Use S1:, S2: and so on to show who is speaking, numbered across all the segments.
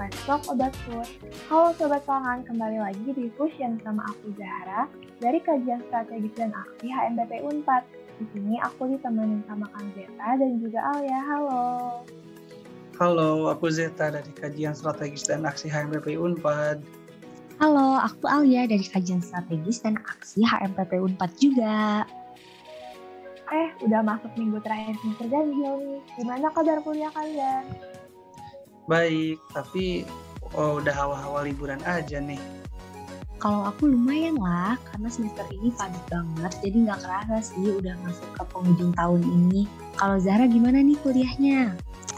S1: Let's Talk About Food. Halo Sobat Pangan, kembali lagi di Fusion sama aku Zahra dari Kajian Strategis dan Aksi HMPP Unpad. Di sini aku ditemenin sama Kang Zeta dan juga Alia. Halo.
S2: Halo, aku Zeta dari Kajian Strategis dan Aksi HMPP Unpad.
S3: Halo, aku Alia dari Kajian Strategis dan Aksi HMPP Unpad juga.
S1: Udah masuk minggu terakhir semester ganjil nih. Gimana kabar kuliah kalian?
S2: Baik, tapi udah hawa-hawa liburan aja nih.
S3: Kalau aku lumayan lah, karena semester ini padat banget, jadi nggak kerasa sih udah masuk ke penghujung tahun ini. Kalau Zahra gimana nih kuliahnya?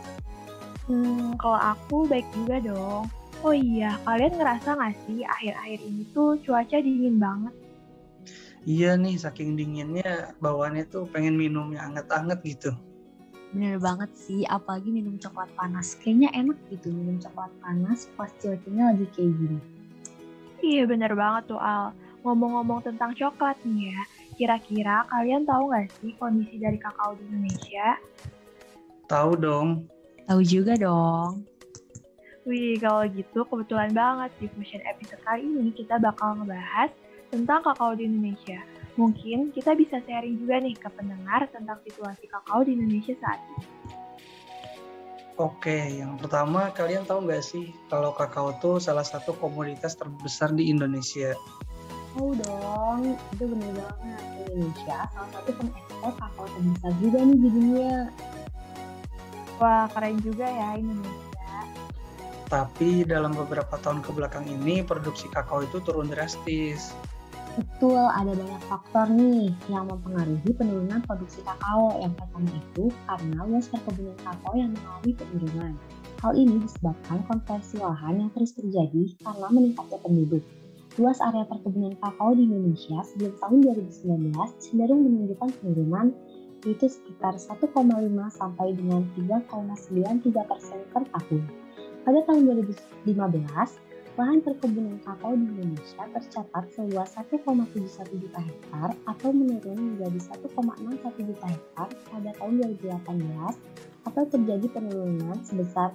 S1: Kalau aku baik juga dong. Oh iya, kalian ngerasa nggak sih akhir-akhir ini tuh cuaca dingin banget?
S2: Iya nih, saking dinginnya bawaannya tuh pengen minum yang anget-anget gitu.
S3: Bener banget sih, apalagi minum coklat panas. Kayaknya enak gitu minum coklat panas pas cuacanya lagi kayak gini.
S1: Iya bener banget tuh Al. Ngomong-ngomong tentang coklat nih ya, kira-kira kalian tahu nggak sih kondisi dari kakao di Indonesia?
S2: Tahu dong.
S3: Tahu juga dong.
S1: Wih, kalau gitu kebetulan banget di Fusion episode kali ini kita bakal ngebahas tentang kakao di Indonesia. Mungkin kita bisa sharing juga nih ke pendengar tentang situasi kakao di Indonesia saat ini.
S2: Oke, yang pertama kalian tahu nggak sih kalau kakao tuh salah satu komoditas terbesar di Indonesia?
S3: Tahu dong, itu bener banget. Indonesia salah satu pengekspor kakao terbesar juga nih di dunia.
S1: Wah, keren juga ya Indonesia.
S2: Tapi dalam beberapa tahun kebelakang ini produksi kakao itu turun drastis.
S3: Betul, ada banyak faktor nih yang mempengaruhi penurunan produksi kakao. Yang pertama itu karena luas perkebunan kakao yang mengalami penurunan. Hal ini disebabkan konversi lahan yang terus terjadi karena meningkatnya penduduk. Luas area perkebunan kakao di Indonesia sebelum tahun 2019 cenderung menunjukkan penurunan, yaitu sekitar 1,5 sampai dengan 3,93% per tahun. Pada tahun 2015, lahan perkebunan kakao di Indonesia tercatat seluas 1,71 juta hektar atau menurun menjadi 1,61 juta hektar pada tahun 2018 atau terjadi penurunan sebesar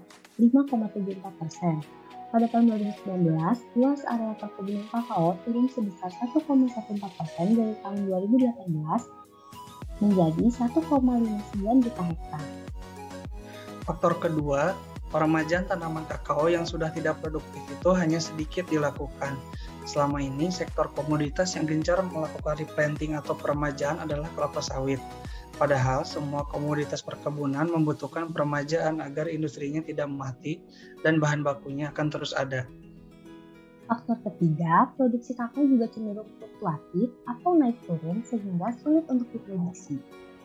S3: 5,74%. Pada tahun 2019, luas area perkebunan kakao turun sebesar 1,14% dari tahun 2018 menjadi 1,59 juta hektar.
S2: Faktor kedua, peremajaan tanaman kakao yang sudah tidak produktif itu hanya sedikit dilakukan. Selama ini, sektor komoditas yang gencar melakukan replanting atau peremajaan adalah kelapa sawit. Padahal, semua komoditas perkebunan membutuhkan peremajaan agar industrinya tidak mati dan bahan bakunya akan terus ada.
S3: Faktor ketiga, produksi kakao juga cenderung fluktuatif atau naik turun sehingga sulit untuk diprediksi.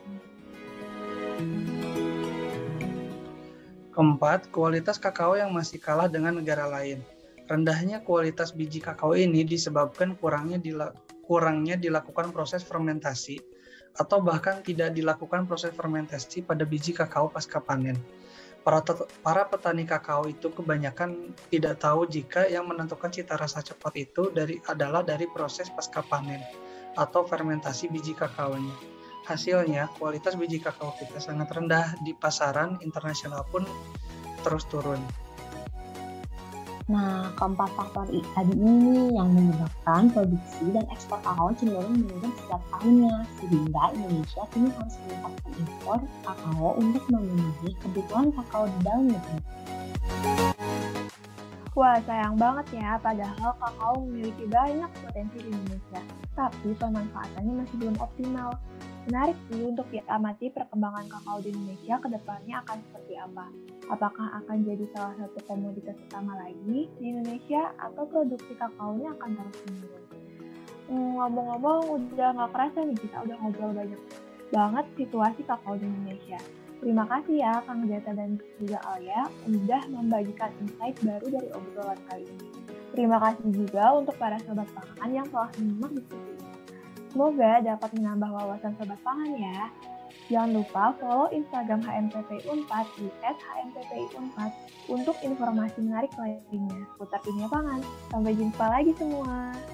S2: Keempat, kualitas kakao yang masih kalah dengan negara lain. Rendahnya kualitas biji kakao ini disebabkan kurangnya dilakukan proses fermentasi atau bahkan tidak dilakukan proses fermentasi pada biji kakao pasca panen. Para petani kakao itu kebanyakan tidak tahu jika yang menentukan cita rasa cepat itu adalah dari proses pasca panen atau fermentasi biji kakaonya. Hasilnya, kualitas biji kakao kita sangat rendah, di pasaran internasional pun terus turun.
S3: Nah, keempat faktor tadi ini yang menyebabkan produksi dan ekspor kakao cenderung menurun setiap tahunnya, sehingga Indonesia kini harus meningkatkan impor kakao untuk memenuhi kebutuhan kakao di dalam negeri.
S1: Wah, sayang banget ya, padahal kakao memiliki banyak potensi di Indonesia, tapi pemanfaatannya masih belum optimal. Menarik sih untuk diamati perkembangan kakao di Indonesia ke depannya akan seperti apa. Apakah akan jadi salah satu komoditas utama lagi di Indonesia atau produksi kakaonya akan terus menurun? Ngomong-ngomong, udah nggak kerasa nih kita udah ngobrol banyak banget situasi kakao di Indonesia. Terima kasih ya Kang Zeta dan juga Alia udah membagikan insight baru dari obrolan kali ini. Terima kasih juga untuk para sobat pangan yang telah menyimak diskusi ini. Semoga dapat menambah wawasan sobat pangan ya. Jangan lupa follow Instagram HMPP Unpad di @hmppi_unpad untuk informasi menarik lainnya seputar dunia pangan. Sampai jumpa lagi semua.